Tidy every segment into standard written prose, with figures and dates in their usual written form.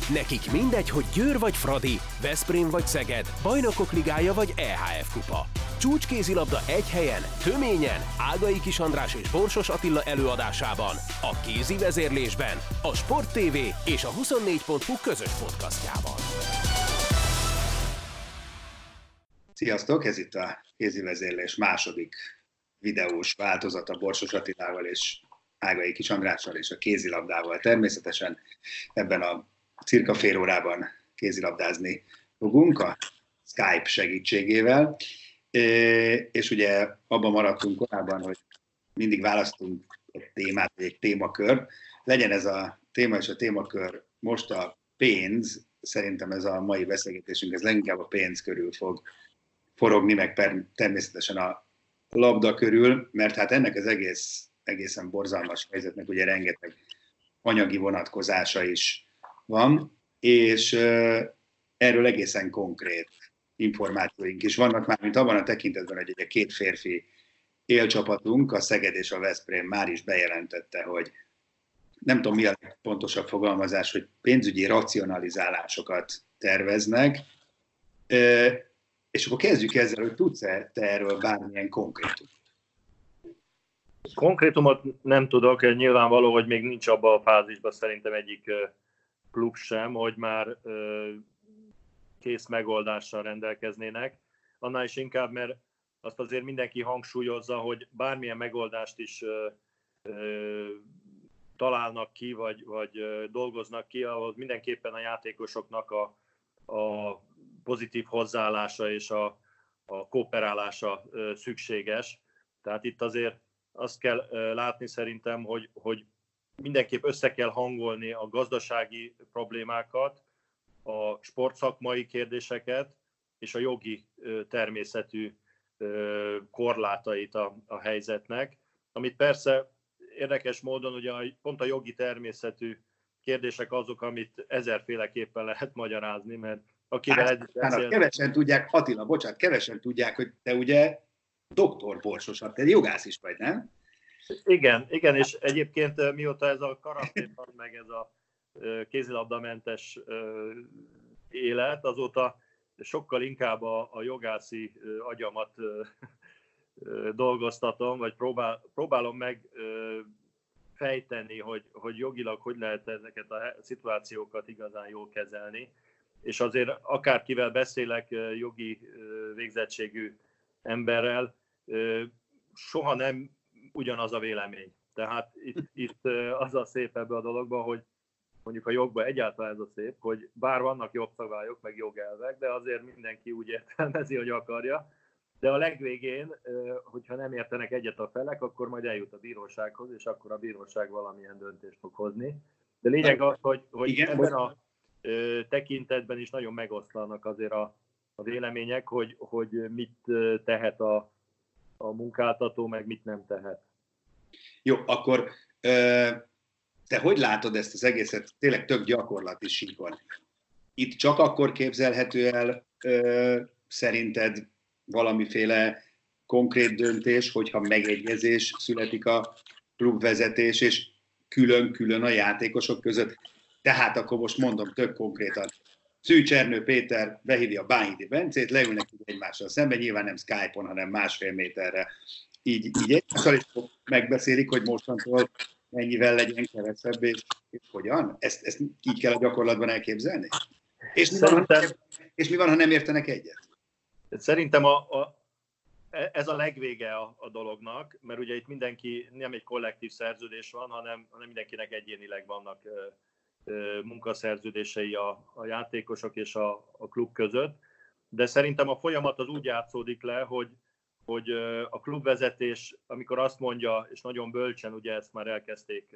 Nekik mindegy, hogy Győr vagy Fradi, Veszprém vagy Szeged, Bajnokok Ligája vagy EHF Kupa. Csúcskézilabda egy helyen, töményen, Ágai Kis András és Borsos Attila előadásában, a kézi vezérlésben, a Sport TV és a 24.hu közös podcastjában. Sziasztok! Ez itt a kézi vezérlés második videós változata Borsos Attilával és Ágai Kis Andrással és a kézilabdával. Természetesen ebben a cirka fél órában kézilabdázni fogunk a Skype segítségével. És ugye abban maradtunk korábban, hogy mindig választunk egy témát, vagy egy témakör. Legyen ez a téma és a témakör most a pénz. Szerintem ez a mai beszélgetésünk, ez leginkább a pénz körül fog forogni, meg természetesen a labda körül, mert hát ennek az egészen borzalmas helyzetnek ugye rengeteg anyagi vonatkozása is van, és erről egészen konkrét információink is vannak, már mint abban a tekintetben, hogy ugye két férfi élcsapatunk, a Szeged és a Veszprém már is bejelentette, hogy nem tudom mi a pontosabb fogalmazás, hogy pénzügyi racionalizálásokat terveznek, és akkor kezdjük ezzel, hogy tudsz-e te erről bármilyen konkrétumot? Konkrétumot nem tudok, nyilvánvaló, hogy még nincs abban a fázisban szerintem egyik klub sem, hogy már kész megoldással rendelkeznének. Annál is inkább, mert azt azért mindenki hangsúlyozza, hogy bármilyen megoldást is találnak ki, vagy dolgoznak ki, ahhoz mindenképpen a játékosoknak a pozitív hozzáállása és a kooperálása szükséges. Tehát itt azért azt kell látni szerintem, hogy mindenképp össze kell hangolni a gazdasági problémákat, a sportszakmai kérdéseket és a jogi természetű korlátait a helyzetnek, amit persze érdekes módon ugye pont a jogi természetű kérdések azok, amit ezerféleképpen lehet magyarázni, mert akivel együtt beszél... Kevesen tudják, Attila, bocsánat, kevesen tudják, hogy te ugye doktor Borsos, te jogász is vagy, nem? Igen, és egyébként mióta ez a karantén van, meg ez a kézilabdamentes élet, azóta sokkal inkább a jogászi agyamat dolgoztatom, vagy próbálom meg fejteni, hogy jogilag hogy lehet ezeket a szituációkat igazán jól kezelni. És azért akárkivel beszélek jogi végzettségű emberrel, soha nem ugyanaz a vélemény. Tehát itt az a szép ebbe a dologban, hogy mondjuk a jogban egyáltalán ez a szép, hogy bár vannak jogszabályok, meg jogelvek, de azért mindenki úgy értelmezi, hogy akarja. De a legvégén, hogyha nem értenek egyet a felek, akkor majd eljut a bírósághoz, és akkor a bíróság valamilyen döntést fog hozni. De lényeg az, hogy ebben a tekintetben is nagyon megoszlanak azért a vélemények, hogy mit tehet a munkáltató, meg mit nem tehet. Jó, akkor te hogy látod ezt az egészet tényleg tök gyakorlati síkon? Itt csak akkor képzelhető el szerinted valamiféle konkrét döntés, hogyha megegyezés születik a klubvezetés, és külön-külön a játékosok között. Tehát akkor most mondom tök konkrétan. Szűcs Ernő Péter behívja Bánhidi Bencét, leülnek egymással szemben, nyilván nem Skype-on, hanem 1,5 méterre. Így egymással is megbeszélik, hogy mostantól mennyivel legyen kevesebb, és hogyan? Ezt így kell a gyakorlatban elképzelni? És mi van, ha nem értenek egyet? Szerintem ez a legvége a dolognak, mert ugye itt mindenki, nem egy kollektív szerződés van, hanem mindenkinek egyénileg vannak munkaszerződései a játékosok és a klub között. De szerintem a folyamat az úgy játszódik le, hogy a klubvezetés, amikor azt mondja, és nagyon bölcsen, ugye ezt már elkezdték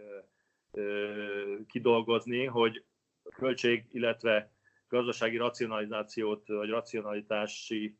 kidolgozni, hogy költség, illetve gazdasági racionalizációt, vagy racionalitási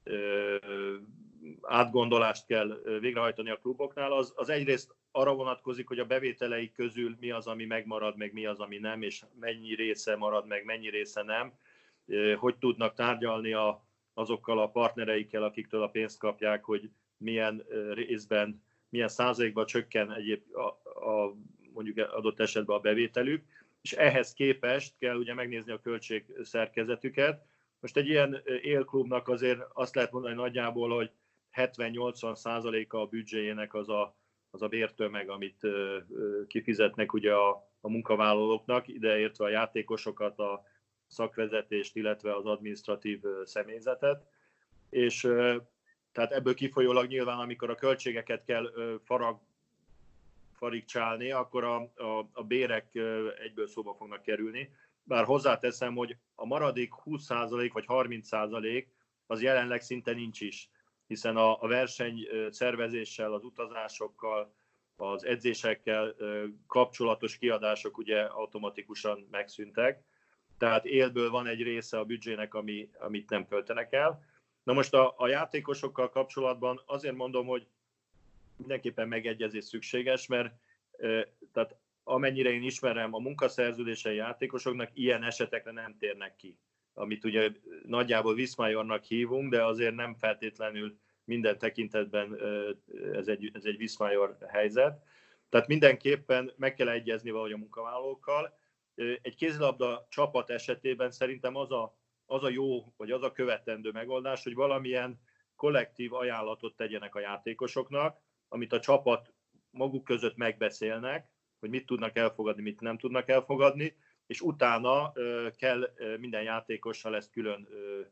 átgondolást kell végrehajtani a kluboknál, az egyrészt arra vonatkozik, hogy a bevételeik közül mi az, ami megmarad, meg mi az, ami nem, és mennyi része marad meg, mennyi része nem, hogy tudnak tárgyalni azokkal a partnereikkel, akiktől a pénzt kapják, hogy milyen részben, milyen százalékban csökken mondjuk adott esetben a bevételük, és ehhez képest kell ugye megnézni a költségszerkezetüket. Most egy ilyen élklubnak azért azt lehet mondani nagyjából, hogy 70-80%-a a büdzséjének az a bértömeg, amit kifizetnek ugye a munkavállalóknak, ideértve a játékosokat, a szakvezetést, illetve az adminisztratív személyzetet. És tehát ebből kifolyólag nyilván, amikor a költségeket kell farigcsálni, akkor a bérek egyből szóba fognak kerülni. Bár hozzáteszem, hogy a maradék 20% vagy 30% az jelenleg szinte nincs is, hiszen a verseny szervezéssel, az utazásokkal, az edzésekkel kapcsolatos kiadások ugye automatikusan megszűntek. Tehát élből van egy része a büdzsének, amit nem költenek el. Na most a játékosokkal kapcsolatban azért mondom, hogy mindenképpen megegyezés szükséges, mert tehát amennyire én ismerem, a munkaszerződései játékosoknak ilyen esetekre nem térnek ki. Amit ugye nagyjából Viszmajornak hívunk, de azért nem feltétlenül minden tekintetben ez egy Viszmajor helyzet. Tehát mindenképpen meg kell egyezni valahogy a munkavállalókkal. Egy kézilabda csapat esetében szerintem az a jó, vagy az a követendő megoldás, hogy valamilyen kollektív ajánlatot tegyenek a játékosoknak, amit a csapat maguk között megbeszélnek, hogy mit tudnak elfogadni, mit nem tudnak elfogadni, és utána kell minden játékossal ezt külön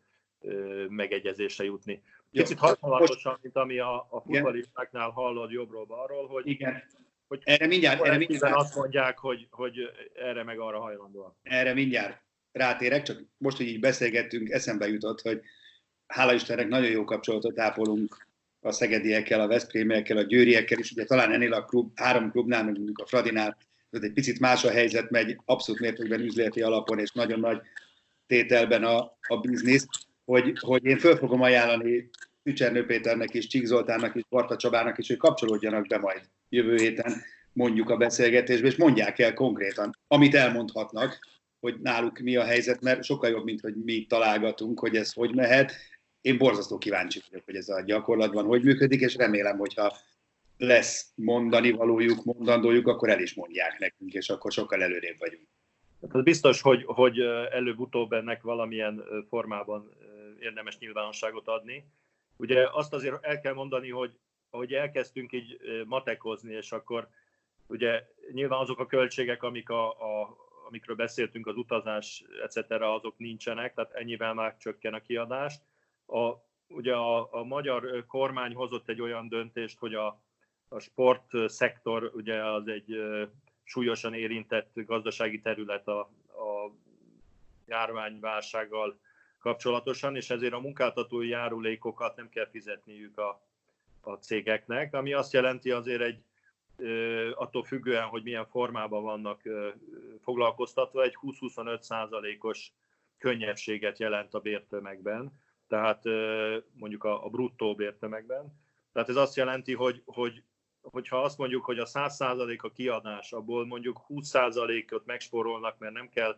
megegyezésre jutni. Kicsit hasonlatosan, mint ami a futballistáknál hallod jobbról-balról, hogy, igen. hogy erre mindjárt azt mondják, hogy erre meg arra hajlandóak. Erre mindjárt rátérek, csak most, hogy így beszélgettünk, eszembe jutott, hogy hála Istennek nagyon jó kapcsolatot ápolunk a szegediekkel, a veszprémiekkel, a győriekkel is. Ugye talán ennél a három klubnál, mondjuk a Fradinál, egy picit más a helyzet, megy abszolút mértékben üzleti alapon, és nagyon nagy tételben a biznisz, hogy én föl fogom ajánlani Tücsernő Péternek és Csík Zoltánnak és Barta Csabának is, hogy kapcsolódjanak be majd jövő héten mondjuk a beszélgetésbe, és mondják el konkrétan, amit elmondhatnak, hogy náluk mi a helyzet, mert sokkal jobb, mint hogy mi találgatunk, hogy ez hogy mehet. Én borzasztó kíváncsi vagyok, hogy ez a gyakorlatban hogy működik, és remélem, hogyha lesz mondani valójuk, mondandójuk, akkor el is mondják nekünk, és akkor sokkal előrébb vagyunk. Tehát biztos, hogy előbb-utóbb ennek valamilyen formában érdemes nyilvánosságot adni. Ugye azt azért el kell mondani, hogy ahogy elkezdtünk így matekozni, és akkor ugye nyilván azok a költségek, amikről beszéltünk, az utazás, etc., azok nincsenek, tehát ennyivel már csökken a kiadás. Ugye a magyar kormány hozott egy olyan döntést, hogy a sportszektor ugye az egy súlyosan érintett gazdasági terület a járványválsággal kapcsolatosan, és ezért a munkáltatói járulékokat nem kell fizetniük a cégeknek, ami azt jelenti azért attól függően, hogy milyen formában vannak foglalkoztatva, egy 20-25%-os könnyebbséget jelent a bértömegben, tehát mondjuk a bruttó bértömegben. Tehát ez azt jelenti, hogyha azt mondjuk, hogy a 100% a kiadás, abból mondjuk 20%-ot megspórolnak, mert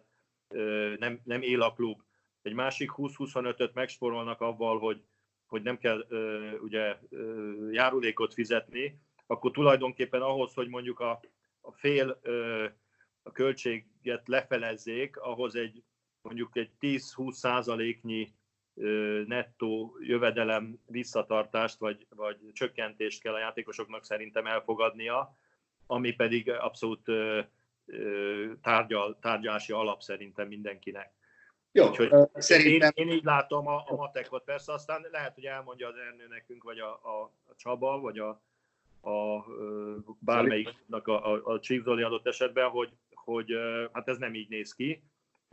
nem él a klub, egy másik 20-25-öt megspórolnak avval, hogy nem kell ugye járulékot fizetni, akkor tulajdonképpen ahhoz, hogy mondjuk a fél a költséget lefelezzék, ahhoz mondjuk egy 10-20%-nyi nettó jövedelem visszatartást vagy csökkentést kell a játékosoknak szerintem elfogadnia, ami pedig abszolút tárgyalási alap szerintem mindenkinek. Jó, szerintem... Én így látom a matekot, persze aztán lehet, hogy elmondja az Ernő nekünk, vagy a Csaba, vagy a bármelyiknek a Csík Zoli adott esetben, hogy hát ez nem így néz ki.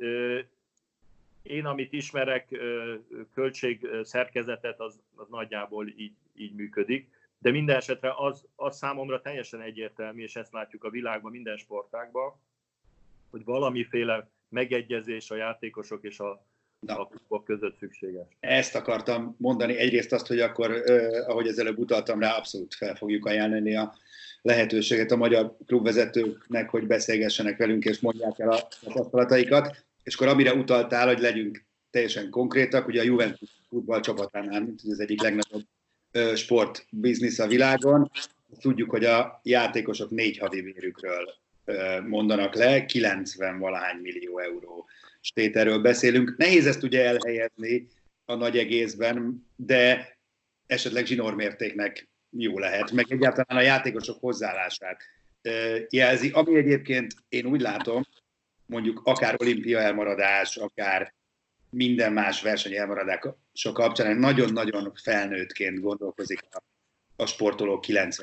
Én, amit ismerek, költségszerkezetet, az nagyjából így működik, de minden esetre az számomra teljesen egyértelmű, és ezt látjuk a világban, minden sportágban, hogy valamiféle megegyezés a játékosok és a klubok között szükséges. Ezt akartam mondani. Egyrészt azt, hogy akkor, ahogy az előbb utaltam rá, abszolút fel fogjuk ajánlani a lehetőséget a magyar klubvezetőknek, hogy beszélgessenek velünk és mondják el a tapasztalataikat. És akkor amire utaltál, hogy legyünk teljesen konkrétak, ugye a Juventus futballcsapatánál, mint az egyik legnagyobb sportbiznisz a világon, tudjuk, hogy a játékosok 4 havi bérükről mondanak le, 90-valahány millió euró tételről beszélünk. Nehéz ezt ugye elhelyezni a nagy egészben, de esetleg zsinórmértéknek jó lehet, meg egyáltalán a játékosok hozzáállását jelzi, ami egyébként én úgy látom, mondjuk akár olimpia elmaradás, akár minden más verseny elmaradása kapcsán nagyon-nagyon felnőttként gondolkozik a sportolók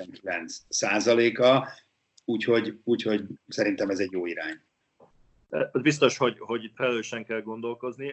99%-a, úgyhogy szerintem ez egy jó irány. Az biztos, hogy felelősen kell gondolkozni.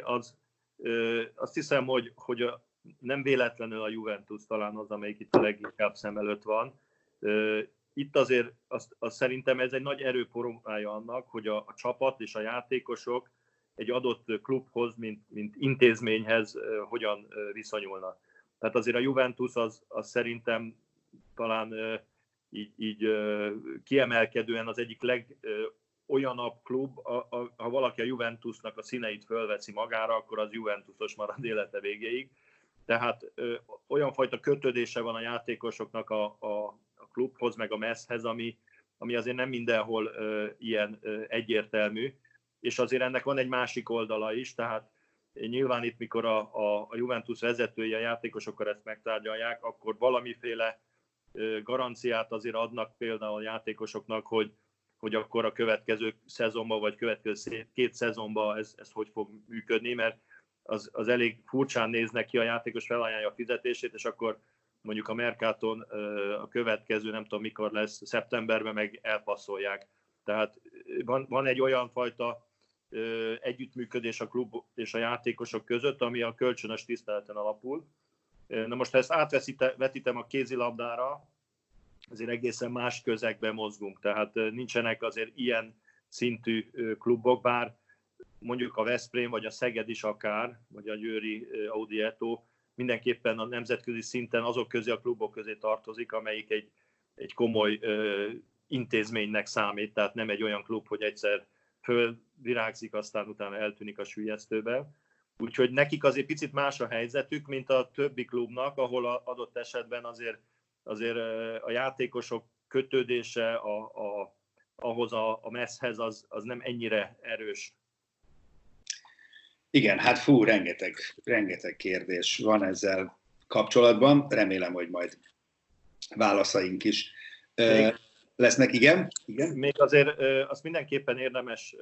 Azt hiszem, hogy nem véletlenül a Juventus talán az, amelyik itt a leginkább szem előtt van. Itt azért azt szerintem ez egy nagy erőpróbája annak, hogy a csapat és a játékosok egy adott klubhoz, mint intézményhez hogyan viszonyulnak. Tehát azért a Juventus az szerintem talán így kiemelkedően az egyik legolyanabb klub, ha valaki a Juventusnak a színeit fölveszi magára, akkor az Juventusos marad élete végéig. Tehát olyan fajta kötődése van a játékosoknak a klubhoz, meg a messzhez, ami azért nem mindenhol ilyen egyértelmű, és azért ennek van egy másik oldala is, tehát nyilván itt, mikor a Juventus vezetői a játékosokkal ezt megtárgyalják, akkor valamiféle garanciát azért adnak például a játékosoknak, hogy akkor a következő szezonban, vagy következő 2 szezonban ez hogy fog működni, mert az elég furcsán néznek ki, a játékos felajánlja a fizetését, és akkor mondjuk a Mercaton a következő, nem tudom mikor lesz, szeptemberben meg elpasszolják. Tehát van egy olyan fajta együttműködés a klub és a játékosok között, ami a kölcsönös tiszteleten alapul. Na most, ha ezt átvetítem a kézilabdára, azért egészen más közegben mozgunk, tehát nincsenek azért ilyen szintű klubok, bár mondjuk a Veszprém, vagy a Szeged is akár, vagy a győri Audi Eto mindenképpen a nemzetközi szinten azok közé, a klubok közé tartozik, amelyik egy komoly intézménynek számít, tehát nem egy olyan klub, hogy egyszer fölvirágzik, aztán utána eltűnik a süllyesztőbe. Úgyhogy nekik azért picit más a helyzetük, mint a többi klubnak, ahol adott esetben azért a játékosok kötődése ahhoz a messzhez az nem ennyire erős. Igen, hát rengeteg kérdés van ezzel kapcsolatban. Remélem, hogy majd válaszaink is lesznek. Igen? Még azért azt mindenképpen érdemes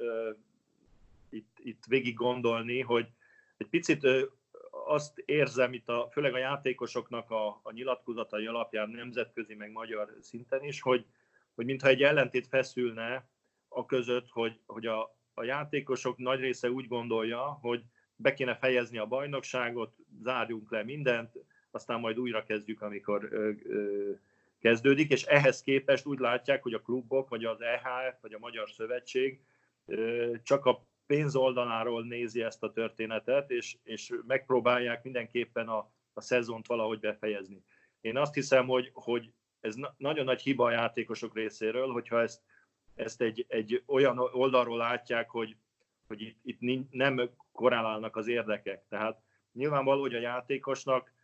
itt végig gondolni, hogy egy picit azt érzem itt főleg a játékosoknak a nyilatkozatai alapján nemzetközi meg magyar szinten is, hogy mintha egy ellentét feszülne a között, hogy a játékosok nagy része úgy gondolja, hogy be kéne fejezni a bajnokságot, zárjunk le mindent, aztán majd újra kezdjük, amikor kezdődik, és ehhez képest úgy látják, hogy a klubok, vagy az EHF, vagy a Magyar Szövetség csak a pénz oldaláról nézi ezt a történetet, és megpróbálják mindenképpen a szezont valahogy befejezni. Én azt hiszem, hogy ez nagyon nagy hiba a játékosok részéről, hogyha ezt egy olyan oldalról látják, hogy itt nem korrelálnak az érdekek. Tehát nyilvánvaló, hogy a játékosnak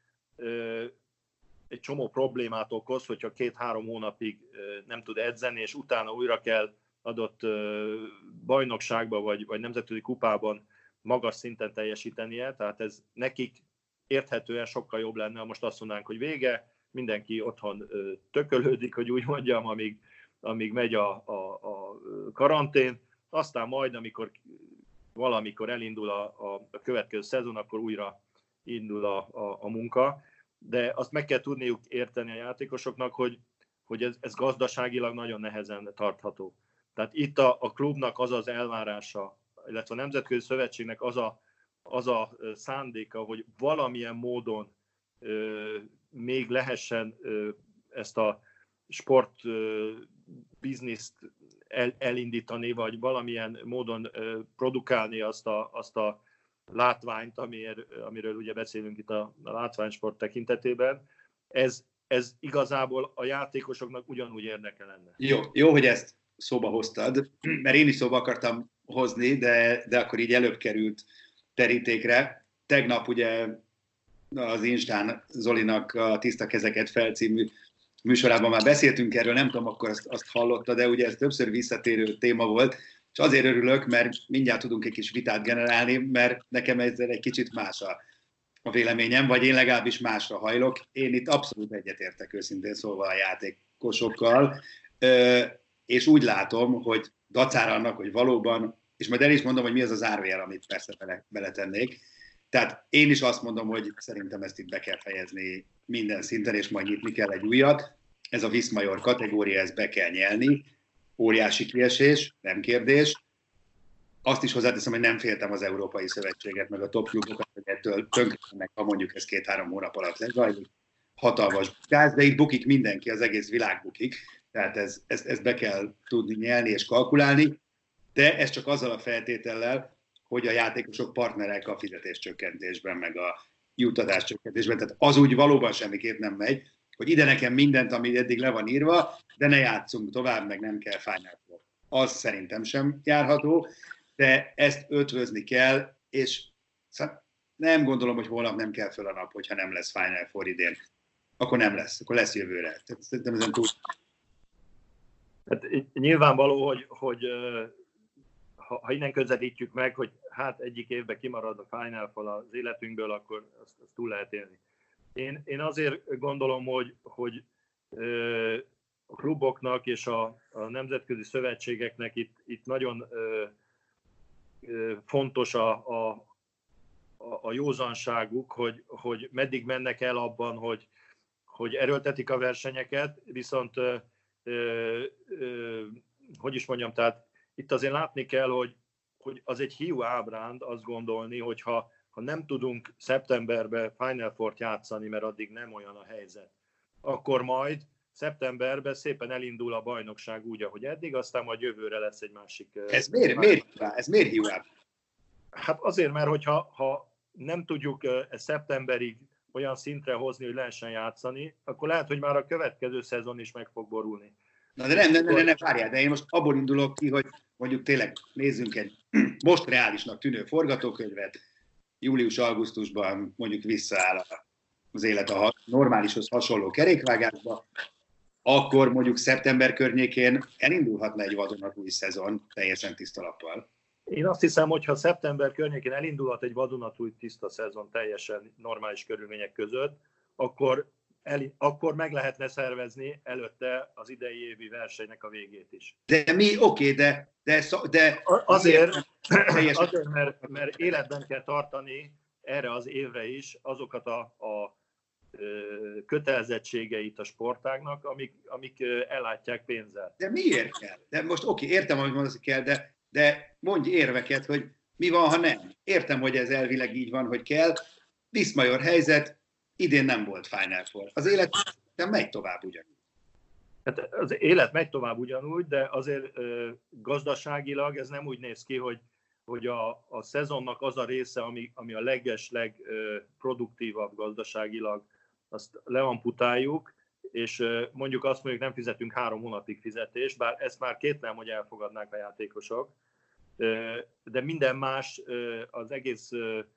egy csomó problémát okoz, hogyha 2-3 hónapig nem tud edzeni, és utána újra kell adott bajnokságban vagy nemzetközi kupában magas szinten teljesítenie. Tehát ez nekik érthetően sokkal jobb lenne, ha most azt mondanánk, hogy vége, mindenki otthon tökölődik, hogy úgy mondjam, amíg megy a karantén, aztán majd, amikor valamikor elindul a következő szezon, akkor újra indul a munka. De azt meg kell tudniuk érteni a játékosoknak, hogy ez gazdaságilag nagyon nehezen tartható. Tehát itt a klubnak az elvárása, illetve a Nemzetközi Szövetségnek az a szándéka, hogy valamilyen módon még lehessen ezt a sport bizniszt elindítani, vagy valamilyen módon produkálni azt a látványt, amiről ugye beszélünk itt a látványsport tekintetében. Ez igazából a játékosoknak ugyanúgy érdeke lenne. Jó, hogy ezt szóba hoztad, mert én is szóba akartam hozni, de akkor így előbb került terítékre. Tegnap ugye az Instán Zolinak a Tiszta kezeket felcímű műsorában már beszéltünk erről, nem tudom, akkor azt hallotta, de ugye ez többször visszatérő téma volt, és azért örülök, mert mindjárt tudunk egy kis vitát generálni, mert nekem ezzel egy kicsit más a véleményem, vagy én legalábbis másra hajlok. Én itt abszolút egyetértek őszintén szólva a játékosokkal, és úgy látom, hogy dacára annak, hogy valóban, és majd el is mondom, hogy mi az az zárójel, amit persze beletennék. Tehát én is azt mondom, hogy szerintem ezt itt be kell fejezni minden szinten, és majd nyitni kell egy újat. Ez a Viszmajor kategória, ezt be kell nyelni. Óriási kiesés, nem kérdés. Azt is hozzáteszem, hogy nem féltem az Európai Szövetséget, meg a top klubokat, hogy ettől tönkretennek, ha mondjuk ez 2-3 hónap alatt lezajlik. Hatalmas bukás, de itt bukik mindenki, az egész világ bukik. Tehát ezt be kell tudni nyelni és kalkulálni, de ez csak azzal a feltétellel, hogy a játékosok partnerek a fizetéscsökkentésben, meg a juttatáscsökkentésben. Tehát az úgy valóban semmiképp nem megy, hogy ide nekem mindent, ami eddig le van írva, de ne játszunk tovább, meg nem kell Final Four. Az szerintem sem járható, de ezt ötvözni kell, és nem gondolom, hogy holnap nem kell föl a nap, hogyha nem lesz Final Four idén. Akkor nem lesz, akkor lesz jövőre. Szerintem ezen túl. Hát nyilvánvaló, hogy ha innen közelítjük meg, hogy hát egyik évben kimarad a Final Four az életünkből, akkor azt túl lehet élni. Én azért gondolom, hogy a kluboknak és a nemzetközi szövetségeknek itt nagyon fontos a józanságuk, hogy meddig mennek el abban, hogy erőltetik a versenyeket, viszont hogy is mondjam, tehát itt azért látni kell, hogy az egy hiú ábránd azt gondolni, hogy ha nem tudunk szeptemberben Final Fourt játszani, mert addig nem olyan a helyzet, akkor majd szeptemberben szépen elindul a bajnokság úgy, ahogy eddig, aztán majd jövőre lesz egy másik... Ez miért hiú ábránd? Hát azért, mert hogyha nem tudjuk szeptemberig olyan szintre hozni, hogy lehessen játszani, akkor lehet, hogy már a következő szezon is meg fog borulni. Na de nem, várjál, de én most abból indulok ki, hogy mondjuk tényleg nézzünk egy most reálisnak tűnő forgatókönyvet, július-augusztusban mondjuk visszaáll az élet a normálishoz hasonló kerékvágásba, akkor mondjuk szeptember környékén elindulhatna egy vadonatúj szezon teljesen tiszta lappal. Én azt hiszem, hogy ha szeptember környékén elindulhat egy vadonatúj tiszta szezon teljesen normális körülmények között, akkor meg lehetne szervezni előtte az idei évi versenynek a végét is. De mi? Oké, de azért, mert életben kell tartani erre az évre is azokat a kötelezettségeit a sportágnak, amik ellátják pénzzel. De miért kell? De most értem, amit mondasz, hogy kell, de mondj érveket, hogy mi van, ha nem. Értem, hogy ez elvileg így van, hogy kell. Viszmajor helyzet, idén nem volt Final Four. Az élet nem megy tovább ugyanúgy. Hát az élet megy tovább ugyanúgy, de azért gazdaságilag ez nem úgy néz ki, hogy a szezonnak az a része, ami a legproduktívabb gazdaságilag, azt leamputáljuk, és mondjuk azt mondjuk, nem fizetünk 3 hónapig fizetést, bár ezt már kétlem, hogy elfogadnák a játékosok, de minden más, az egész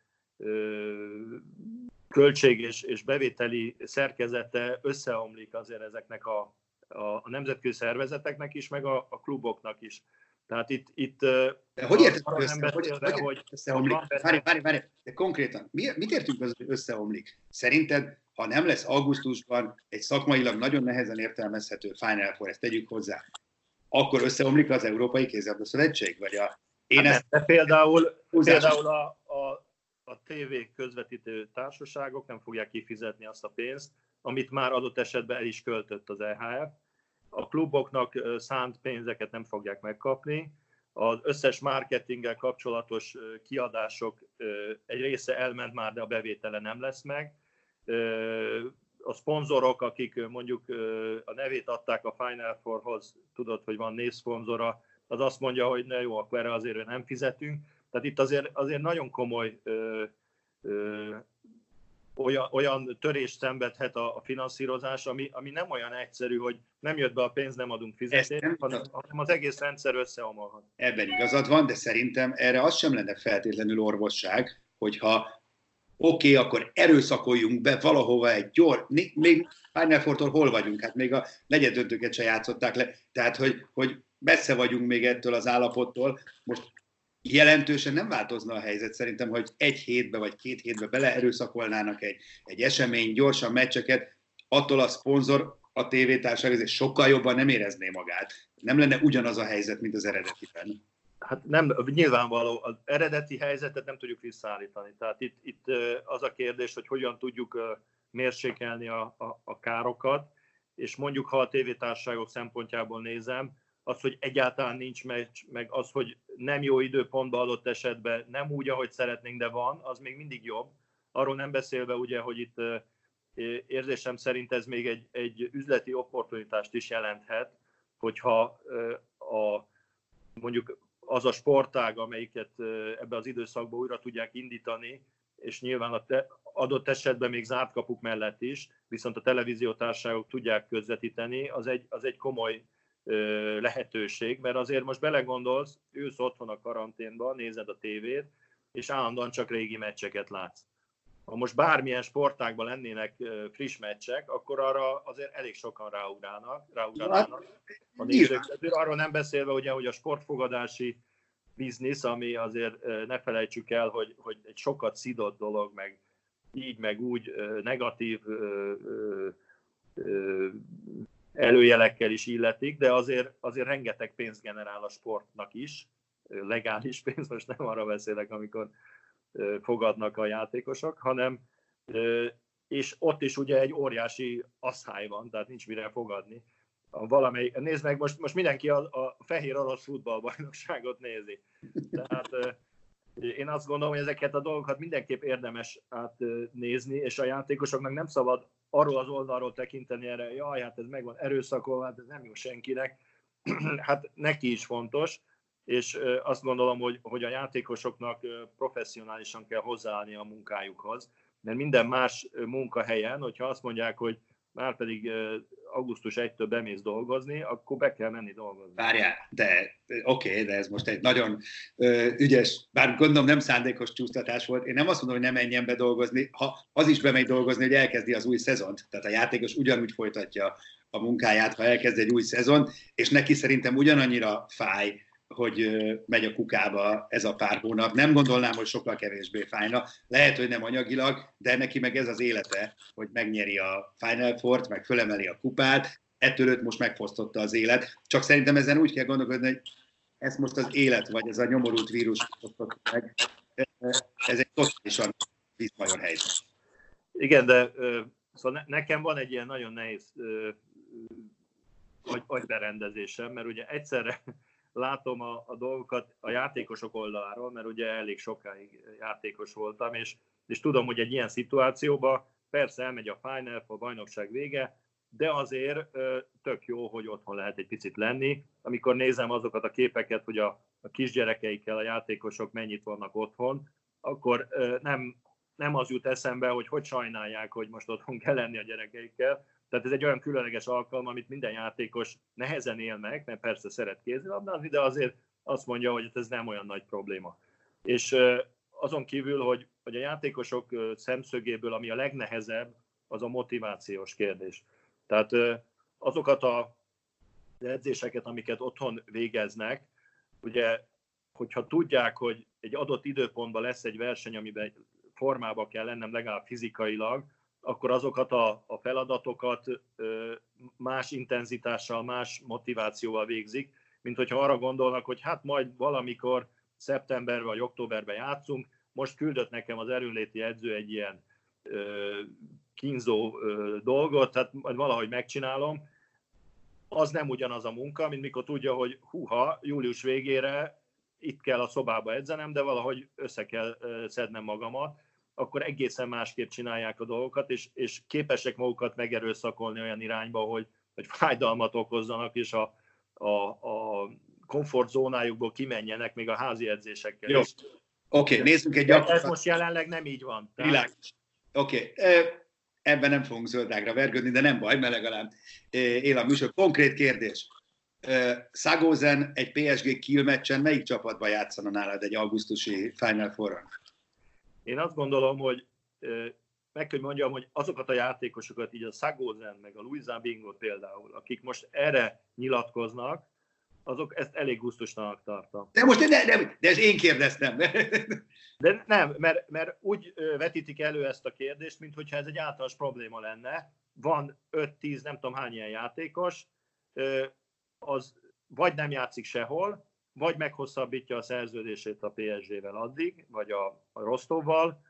költség és bevételi szerkezete összeomlik azért ezeknek a nemzetközi szervezeteknek is, meg a kluboknak is. Tehát itt hogy érted összeomlik? Várj, de konkrétan, mit értünk az, hogy összeomlik? Szerinted, ha nem lesz augusztusban egy szakmailag nagyon nehezen értelmezhető Final Four, ezt tegyük hozzá, akkor összeomlik az Európai Kézilabda Szövetség? Vagy de például a TV közvetítő társaságok nem fogják kifizetni azt a pénzt, amit már adott esetben el is költött az EHF. A kluboknak szánt pénzeket nem fogják megkapni. Az összes marketinggel kapcsolatos kiadások egy része elment már, de a bevétele nem lesz meg. A szponzorok, akik mondjuk a nevét adták a Final Fourhoz, tudod, hogy van névszponzora, az azt mondja, hogy ne jó, akkor erre azért nem fizetünk. Tehát itt azért nagyon komoly olyan törést szenvedhet a finanszírozás, ami nem olyan egyszerű, hogy nem jött be a pénz, nem adunk fizetést, hanem az egész rendszer összeomolhat. Ebben igazad van, de szerintem erre az sem lenne feltétlenül orvosság, hogyha oké, akkor erőszakoljunk be valahova egy gyors, még Final Four-tól hol vagyunk? Hát még a negyeddöntőket se játszották le, tehát hogy messze vagyunk még ettől az állapottól. Most jelentősen nem változna a helyzet szerintem, hogy egy hétbe vagy 2 hétbe beleerőszakolnának egy esemény, gyorsan meccseket, attól a szponzor, a tévétársaság azért sokkal jobban nem érezné magát. Nem lenne ugyanaz a helyzet, mint az eredetiben. Hát nem, nyilvánvaló, az eredeti helyzetet nem tudjuk visszaállítani. Tehát itt az a kérdés, hogy hogyan tudjuk mérsékelni a károkat, és mondjuk, ha a tévétársaságok szempontjából nézem, az, hogy egyáltalán nincs meccs, meg az, hogy nem jó időpontban adott esetben, nem úgy, ahogy szeretnénk, de van, az még mindig jobb. Arról nem beszélve ugye, hogy itt érzésem szerint ez még egy üzleti opportunitást is jelenthet, hogyha mondjuk az a sportág, amelyiket ebbe az időszakban újra tudják indítani, és nyilván adott esetben még zárt kapuk mellett is, viszont a televíziótársaságok tudják közvetíteni, az egy komoly lehetőség, mert azért most belegondolsz, ülsz otthon a karanténban, nézed a tévét, és állandóan csak régi meccseket látsz. Ha most bármilyen sportágban lennének friss meccsek, akkor arra azért elég sokan ráugranának a nézők. Arról nem beszélve, ugye, hogy a sportfogadási biznisz, ami azért ne felejtsük el, hogy egy sokat szidott dolog, meg így, meg úgy negatív előjelekkel is illetik, de azért rengeteg pénzt generál a sportnak is, legális pénz, most nem arra beszélek, amikor fogadnak a játékosok, hanem és ott is ugye egy óriási asztály van, tehát nincs mire fogadni. Nézd meg, most mindenki a fehér orosz futballbajnokságot nézi. Tehát én azt gondolom, hogy ezeket a dolgokat mindenképp érdemes átnézni, és a játékosoknak nem szabad arról az oldalról tekinteni erre, jaj, hát ez meg van erőszakolva, hát ez nem jó senkinek. Hát neki is fontos, és azt gondolom, hogy a játékosoknak professzionálisan kell hozzáállni a munkájukhoz, mert minden más munkahelyen, hogyha azt mondják, hogy már pedig augusztus 1-től bemész dolgozni, akkor be kell menni dolgozni. Várjál, de oké, de ez most egy nagyon ügyes, bár gondolom nem szándékos csúsztatás volt. Én nem azt mondom, hogy nem menjen be dolgozni, ha az is bemegy dolgozni, hogy elkezdi az új szezont. Tehát a játékos ugyanúgy folytatja a munkáját, ha elkezd egy új szezon, és neki szerintem ugyanannyira fáj, hogy megy a kukába ez a pár hónap. Nem gondolnám, hogy sokkal kevésbé fájna. Lehet, hogy nem anyagilag, de neki meg ez az élete, hogy megnyeri a Final Fourt, meg fölemeli a kupát. Ettől őt most megfosztotta az élet. Csak szerintem ezen úgy kell gondolkodni, hogy ez most az élet, vagy ez a nyomorult vírus fosztotta meg. Ez egy totálisan bizmajon helyzet. Igen, de szóval nekem van egy ilyen nagyon nehéz agyberendezésem, mert ugye egyszerre látom a dolgokat a játékosok oldaláról, mert ugye elég sokáig játékos voltam, és tudom, hogy egy ilyen szituációban persze elmegy a Final, a bajnokság vége, de azért tök jó, hogy otthon lehet egy picit lenni. Amikor nézem azokat a képeket, hogy a kisgyerekeikkel a játékosok mennyit vannak otthon, akkor nem az jut eszembe, hogy sajnálják, hogy most otthon kell lenni a gyerekeikkel. Tehát ez egy olyan különleges alkalom, amit minden játékos nehezen él meg, mert persze szeret kézilabdázni, de azért azt mondja, hogy ez nem olyan nagy probléma. És azon kívül, hogy a játékosok szemszögéből, ami a legnehezebb, az a motivációs kérdés. Tehát azokat az edzéseket, amiket otthon végeznek, ugye, hogyha tudják, hogy egy adott időpontban lesz egy verseny, amiben formába kell lennem legalább fizikailag, akkor azokat a feladatokat más intenzitással, más motivációval végzik, mint hogyha arra gondolnak, hogy hát majd valamikor szeptemberben vagy októberben játszunk, most küldött nekem az erőnléti edző egy ilyen kínzó dolgot, tehát majd valahogy megcsinálom. Az nem ugyanaz a munka, mint mikor tudja, hogy július végére itt kell a szobába edzenem, de valahogy össze kell szednem magamat, akkor egészen másképp csinálják a dolgokat, és képesek magukat megerőszakolni olyan irányba, hogy fájdalmat okozzanak, és a komfortzónájukból kimenjenek még a házi edzésekkel. Jó. Oké, nézzük egy gyakorlatot. Ez most jelenleg nem így van. Világos. Oké. Ebben nem fogunk zöldágra vergődni, de nem baj, mert legalább él a műsor. Konkrét kérdés. Szagózen egy PSG Kiel meccsen melyik csapatban játszana nálad egy augusztusi Final Four-on? Én azt gondolom, hogy meg kell mondjam, hogy azokat a játékosokat, így a Sagosen, meg a Luis Zabingot például, akik most erre nyilatkoznak, azok ezt elég gusztustanak tartom. De most de ezt én kérdeztem. De nem, mert úgy vetítik elő ezt a kérdést, mintha ez egy általános probléma lenne. Van 5-10, nem tudom hány ilyen játékos, az vagy nem játszik sehol, vagy meghosszabbítja a szerződését a PSG-vel addig, vagy a Rostovval.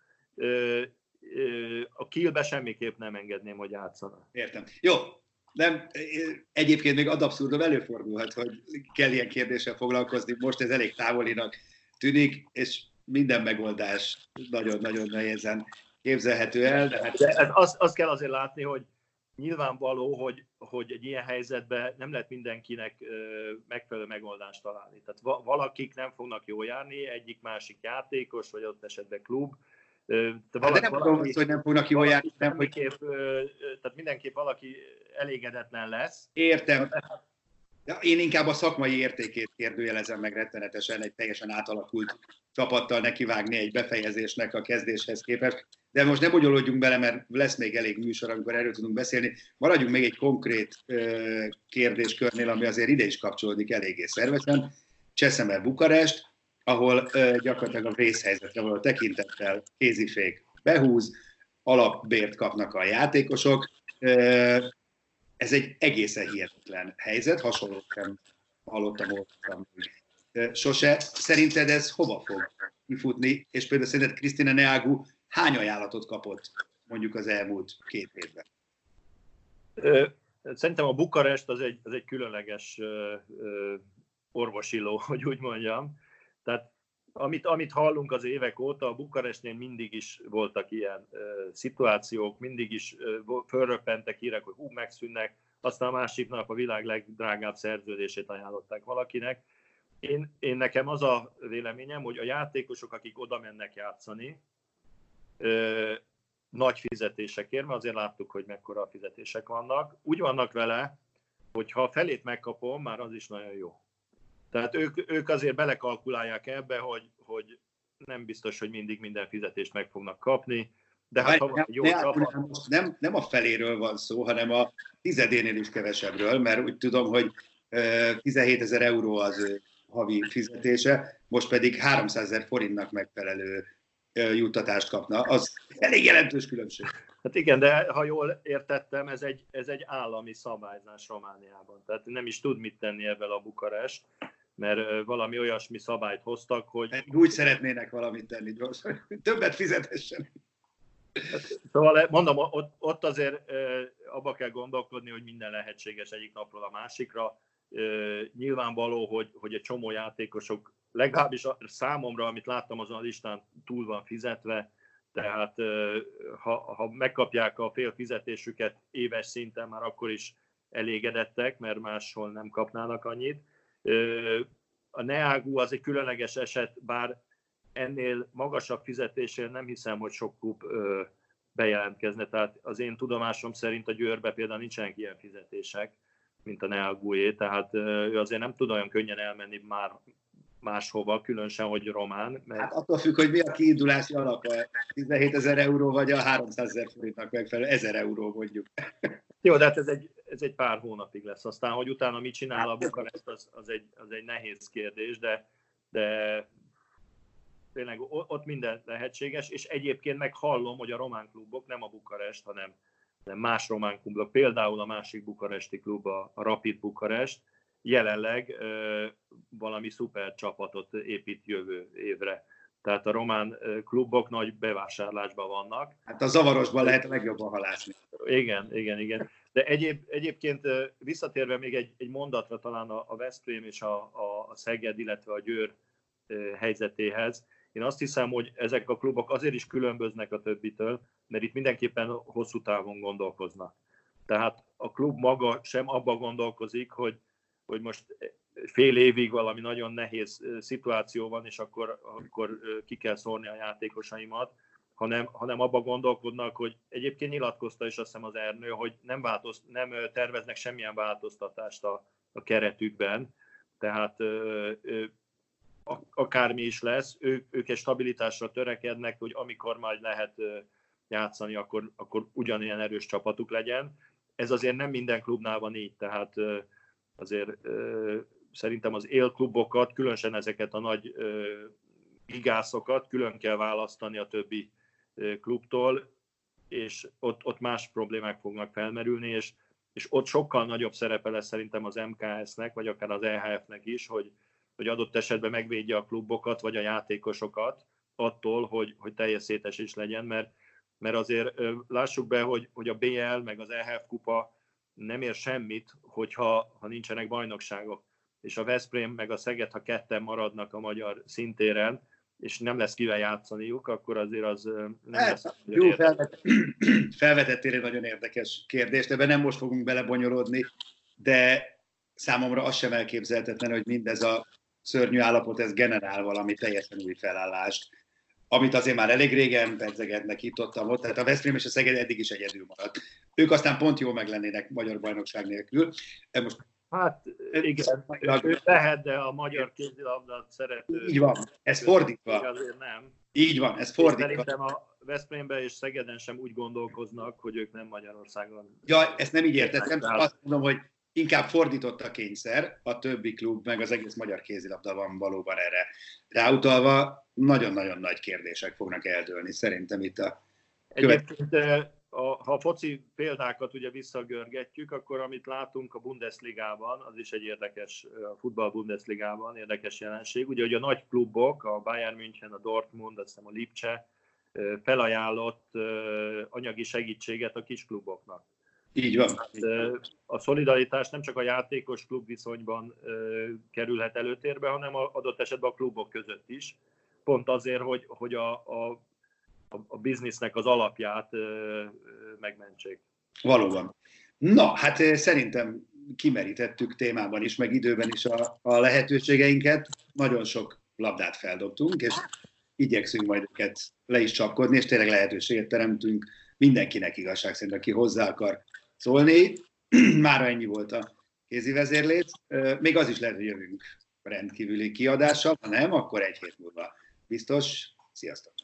A Kielbe semmiképp nem engedném, hogy játszanak. Értem. Jó. Nem, egyébként még ad abszurdum előfordulhat, hogy kell ilyen kérdéssel foglalkozni. Most ez elég távolinak tűnik, és minden megoldás nagyon-nagyon nehézen képzelhető el. De azt kell azért látni, hogy nyilvánvaló, hogy egy ilyen helyzetben nem lehet mindenkinek megfelelő megoldást találni. Tehát valakik nem fognak jól járni, egyik-másik játékos, vagy ott esetben klub. De nem mondom azt, hogy nem fognak jól járni. Tehát mindenképp valaki elégedetlen lesz. Értem. Én inkább a szakmai értékét kérdőjelezem meg rettenetesen, egy teljesen átalakult csapattal nekivágni egy befejezésnek a kezdéshez képest. De most ne bonyolódjunk bele, mert lesz még elég műsor, amikor erről tudunk beszélni. Maradjunk még egy konkrét kérdéskörnél, ami azért ide is kapcsolódik eléggé szervesen. Cseszemel Bukarest, ahol gyakorlatilag a vészhelyzetre való tekintettel kézifék behúz, alapbért kapnak a játékosok. Ez egy egészen hihetetlen helyzet, hasonlót sem hallottam sose. Szerinted ez hova fog kifutni? És például szerinted Krisztina Neagu hány ajánlatot kapott mondjuk az elmúlt 2 évben? Szerintem a Bukarest az egy különleges orvosiló, hogy úgy mondjam. Tehát amit hallunk az évek óta, a Bukarestnél mindig is voltak ilyen szituációk, mindig is fölröppentek hírek, hogy megszűnnek, aztán a másik nap a világ legdrágább szerződését ajánlották valakinek. Én nekem az a véleményem, hogy a játékosok, akik oda mennek játszani, nagy fizetésekért, mert azért láttuk, hogy mekkora fizetések vannak, úgy vannak vele, hogy ha a felét megkapom, már az is nagyon jó. Tehát ők azért belekalkulálják ebbe, hogy nem biztos, hogy mindig minden fizetést meg fognak kapni, de hát ha jó csapat... Nem a feléről van szó, hanem a tizedénél is kevesebbről, mert úgy tudom, hogy 17 000 euró az ő havi fizetése, most pedig 300 000 forintnak megfelelő juttatást kapna. Az elég jelentős különbség. Hát igen, de ha jól értettem, ez egy állami szabályzás Romániában. Tehát nem is tud mit tenni ebben a Bukarest, mert valami olyasmi szabályt hoztak, hogy... Úgy szeretnének valamit tenni gyorsan, többet fizetessen. Szóval mondom, ott azért abba kell gondolkodni, hogy minden lehetséges egyik napról a másikra. Nyilvánvaló, hogy egy csomó játékosok, legalábbis számomra, amit láttam azon a listán, túl van fizetve, tehát ha megkapják a fél fizetésüket éves szinten, már akkor is elégedettek, mert máshol nem kapnának annyit. A Neagu az egy különleges eset, bár ennél magasabb fizetésért nem hiszem, hogy sok klub bejelentkezne. Tehát az én tudomásom szerint a Győrbe például nincsenek ilyen fizetések, mint a Neagué, tehát ő azért nem tud olyan könnyen elmenni már máshova, különösen, hogy román. Mert... Hát attól függ, hogy mi a kiindulási alapa, 17 000 euró vagy a 300 000 forintnak megfelelő 1000 euró mondjuk. Jó, de hát ez egy pár hónapig lesz. Aztán, hogy utána mit csinál a Bukarest, az egy nehéz kérdés, de tényleg ott minden lehetséges, és egyébként meg hallom, hogy a román klubok, nem a Bukarest, hanem más román klubok, például a másik bukaresti klub, a Rapid Bukarest, jelenleg valami szuper csapatot épít jövő évre. Tehát a román klubok nagy bevásárlásban vannak. Hát a zavarosban lehet a legjobban halászni. Igen. De egyébként visszatérve még egy mondatra talán a Veszprém és a Szeged, illetve a Győr helyzetéhez, én azt hiszem, hogy ezek a klubok azért is különböznek a többitől, mert itt mindenképpen hosszú távon gondolkoznak. Tehát a klub maga sem abban gondolkozik, hogy most fél évig valami nagyon nehéz szituáció van, és akkor ki kell szórni a játékosaimat, hanem abban gondolkodnak, hogy egyébként nyilatkozta is azt hiszem az Ernő, hogy nem terveznek semmilyen változtatást a keretükben, tehát akármi is lesz, ők egy stabilitásra törekednek, hogy amikor majd lehet játszani, akkor ugyanilyen erős csapatuk legyen. Ez azért nem minden klubnál van így, tehát azért szerintem az élklubokat, különösen ezeket a nagy gigászokat külön kell választani a többi klubtól, és ott más problémák fognak felmerülni, és ott sokkal nagyobb szerepe lesz szerintem az MKS-nek, vagy akár az EHF-nek is, hogy adott esetben megvédje a klubokat, vagy a játékosokat attól, hogy teljes szétesés legyen, mert azért lássuk be, hogy a BL meg az EHF kupa nem ér semmit, hogyha nincsenek bajnokságok. És a Veszprém meg a Szeged, ha ketten maradnak a magyar szintéren, és nem lesz kivel játszaniuk, akkor azért az nem lesz. Jó, felvetettél egy nagyon érdekes kérdést, ebben nem most fogunk belebonyolódni, de számomra az sem elképzelhetetlen, hogy mindez a szörnyű állapot, ez generál valami teljesen új felállást, amit azért már elég régen pedzegetnek itt ott, tehát a Veszprém és a Szeged eddig is egyedül maradt. Ők aztán pont jól meg lennének magyar bajnokság nélkül. Most hát igen, lehet, de a magyar kézilabdát szerető... Így van, ez fordítva. Azért nem. Így van, ez fordítva. Szerintem a Veszprémben és Szegeden sem úgy gondolkoznak, hogy ők nem Magyarországon. Ja, ezt nem így értettem, azt mondom, hogy inkább fordított a kényszer, a többi klub, meg az egész magyar kézilabda van valóban erre ráutalva. Nagyon-nagyon nagy kérdések fognak eldőlni szerintem itt a Egyébként, ha a foci példákat ugye visszagörgetjük, akkor amit látunk a Bundesligában, az is egy érdekes, a futball Bundesligában érdekes jelenség. Ugye, hogy a nagy klubok, a Bayern München, a Dortmund, azt hiszem a Lipcse felajánlott anyagi segítséget a kis kluboknak. Így van. A szolidaritás nem csak a játékos klub viszonyban kerülhet előtérbe, hanem adott esetben a klubok között is. Pont azért, hogy a biznisznek az alapját megmentsék. Valóban. Na, hát szerintem kimerítettük témában is, meg időben is a lehetőségeinket. Nagyon sok labdát feldobtunk, és igyekszünk majd őket le is csapkodni, és tényleg lehetőséget teremtünk mindenkinek igazság szerint, aki hozzá akar szólni. Mára ennyi volt a kézi vezérlét. Még az is lehet, hogy jövünk rendkívüli kiadással, ha nem, akkor egy hét múlva. Biztos. Sziasztok!